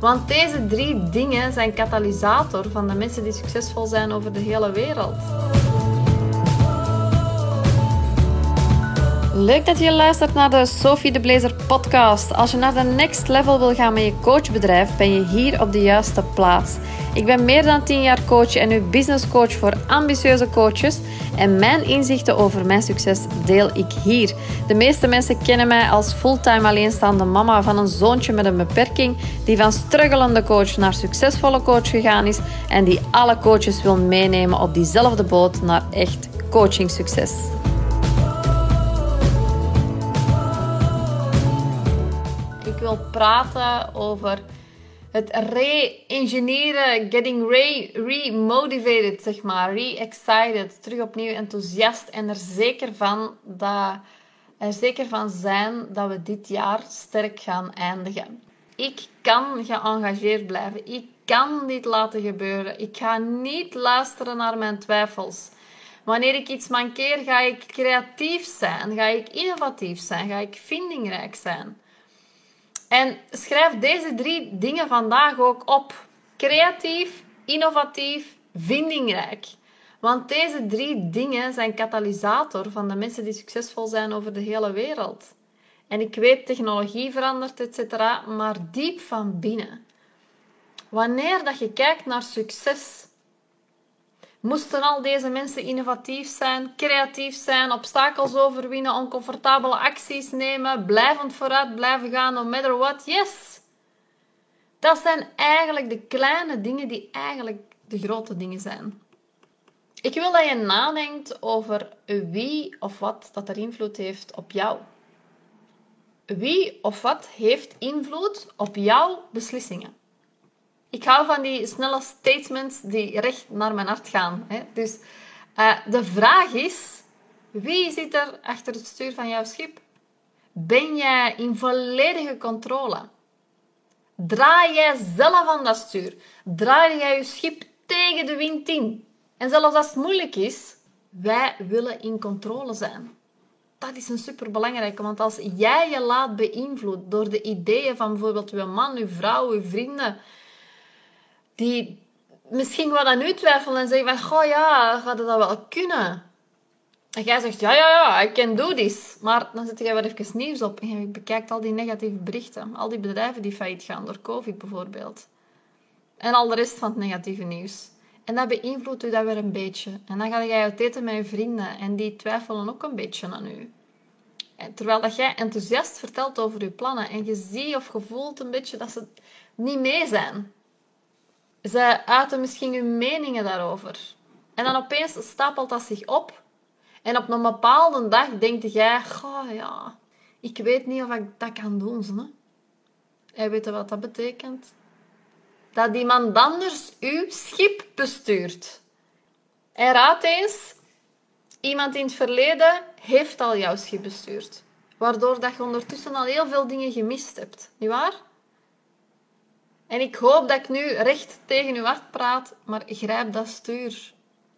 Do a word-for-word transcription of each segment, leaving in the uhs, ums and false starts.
Want deze drie dingen zijn katalysator van de mensen die succesvol zijn over de hele wereld. Leuk dat je luistert naar de Sophie de Blazer podcast. Als je naar de next level wil gaan met je coachbedrijf, ben je hier op de juiste plaats. Ik ben meer dan tien jaar coach en nu business coach voor ambitieuze coaches. En mijn inzichten over mijn succes deel ik hier. De meeste mensen kennen mij als fulltime alleenstaande mama van een zoontje met een beperking, die van struggelende coach naar succesvolle coach gegaan is en die alle coaches wil meenemen op diezelfde boot naar echt coachingsucces. Ik wil praten over het re-engineeren, getting re-motivated, zeg maar, re-excited, terug opnieuw enthousiast en er zeker van, dat, er zeker van zijn dat we dit jaar sterk gaan eindigen. Ik kan geëngageerd blijven, ik kan dit laten gebeuren, ik ga niet luisteren naar mijn twijfels. Wanneer ik iets mankeer, ga ik creatief zijn, ga ik innovatief zijn, ga ik vindingrijk zijn. En schrijf deze drie dingen vandaag ook op. Creatief, innovatief, vindingrijk. Want deze drie dingen zijn katalysator van de mensen die succesvol zijn over de hele wereld. En ik weet, technologie verandert, et cetera, maar diep van binnen. Wanneer dat je kijkt naar succes, moesten al deze mensen innovatief zijn, creatief zijn, obstakels overwinnen, oncomfortabele acties nemen, blijvend vooruit blijven gaan, no matter what. Yes! Dat zijn eigenlijk de kleine dingen die eigenlijk de grote dingen zijn. Ik wil dat je nadenkt over wie of wat dat er invloed heeft op jou. Wie of wat heeft invloed op jouw beslissingen? Ik hou van die snelle statements die recht naar mijn hart gaan. Hè? Dus uh, de vraag is, wie zit er achter het stuur van jouw schip? Ben jij in volledige controle? Draai jij zelf aan dat stuur? Draai jij je schip tegen de wind in? En zelfs als het moeilijk is, wij willen in controle zijn. Dat is een superbelangrijke, want als jij je laat beïnvloeden door de ideeën van bijvoorbeeld je man, je vrouw, je vrienden, die misschien wat aan u twijfelen en zeggen van, goh ja, gaat dat wel kunnen? En jij zegt, ja, ja, ja, I can do this. Maar dan zet jij weer even nieuws op en je bekijkt al die negatieve berichten. Al die bedrijven die failliet gaan door COVID bijvoorbeeld. En al de rest van het negatieve nieuws. En dat beïnvloedt u dat weer een beetje. En dan ga jij uit eten met je vrienden en die twijfelen ook een beetje aan u. En terwijl dat jij enthousiast vertelt over je plannen en je ziet of je voelt een beetje dat ze niet mee zijn. Zij uiten misschien hun meningen daarover. En dan opeens stapelt dat zich op. En op een bepaalde dag denk jij, goh ja, ik weet niet of ik dat kan doen. Hè? En weet je wat dat betekent? Dat iemand anders uw schip bestuurt. En raad eens, iemand in het verleden heeft al jouw schip bestuurd. Waardoor dat je ondertussen al heel veel dingen gemist hebt. Niet waar? En ik hoop dat ik nu recht tegen uw hart praat, maar grijp dat stuur.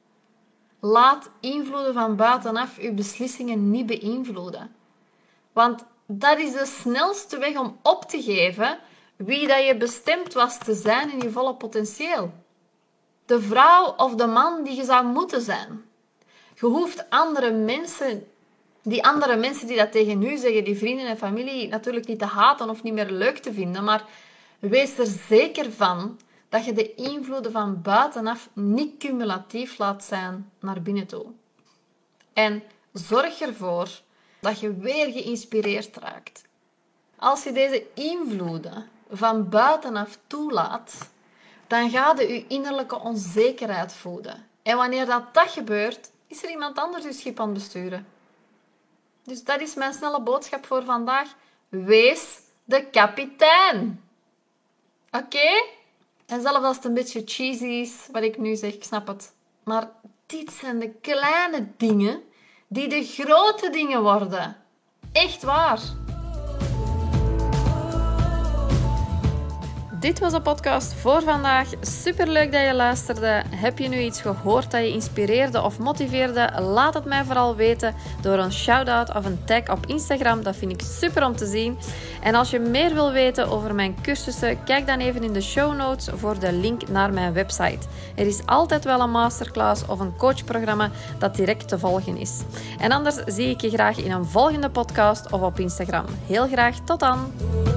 Laat invloeden van buitenaf uw beslissingen niet beïnvloeden. Want dat is de snelste weg om op te geven wie dat je bestemd was te zijn in je volle potentieel. De vrouw of de man die je zou moeten zijn. Je hoeft andere mensen, die andere mensen die dat tegen u zeggen, die vrienden en familie, natuurlijk niet te haten of niet meer leuk te vinden, maar wees er zeker van dat je de invloeden van buitenaf niet cumulatief laat zijn naar binnen toe. En zorg ervoor dat je weer geïnspireerd raakt. Als je deze invloeden van buitenaf toelaat, dan ga je je innerlijke onzekerheid voeden. En wanneer dat, dat gebeurt, is er iemand anders je schip aan het besturen. Dus dat is mijn snelle boodschap voor vandaag. Wees de kapitein. Oké? Okay? En zelfs als het een beetje cheesy is, wat ik nu zeg, ik snap het. Maar dit zijn de kleine dingen die de grote dingen worden. Echt waar. Dit was de podcast voor vandaag. Superleuk dat je luisterde. Heb je nu iets gehoord dat je inspireerde of motiveerde? Laat het mij vooral weten door een shout-out of een tag op Instagram. Dat vind ik super om te zien. En als je meer wil weten over mijn cursussen, kijk dan even in de show notes voor de link naar mijn website. Er is altijd wel een masterclass of een coachprogramma dat direct te volgen is. En anders zie ik je graag in een volgende podcast of op Instagram. Heel graag tot dan!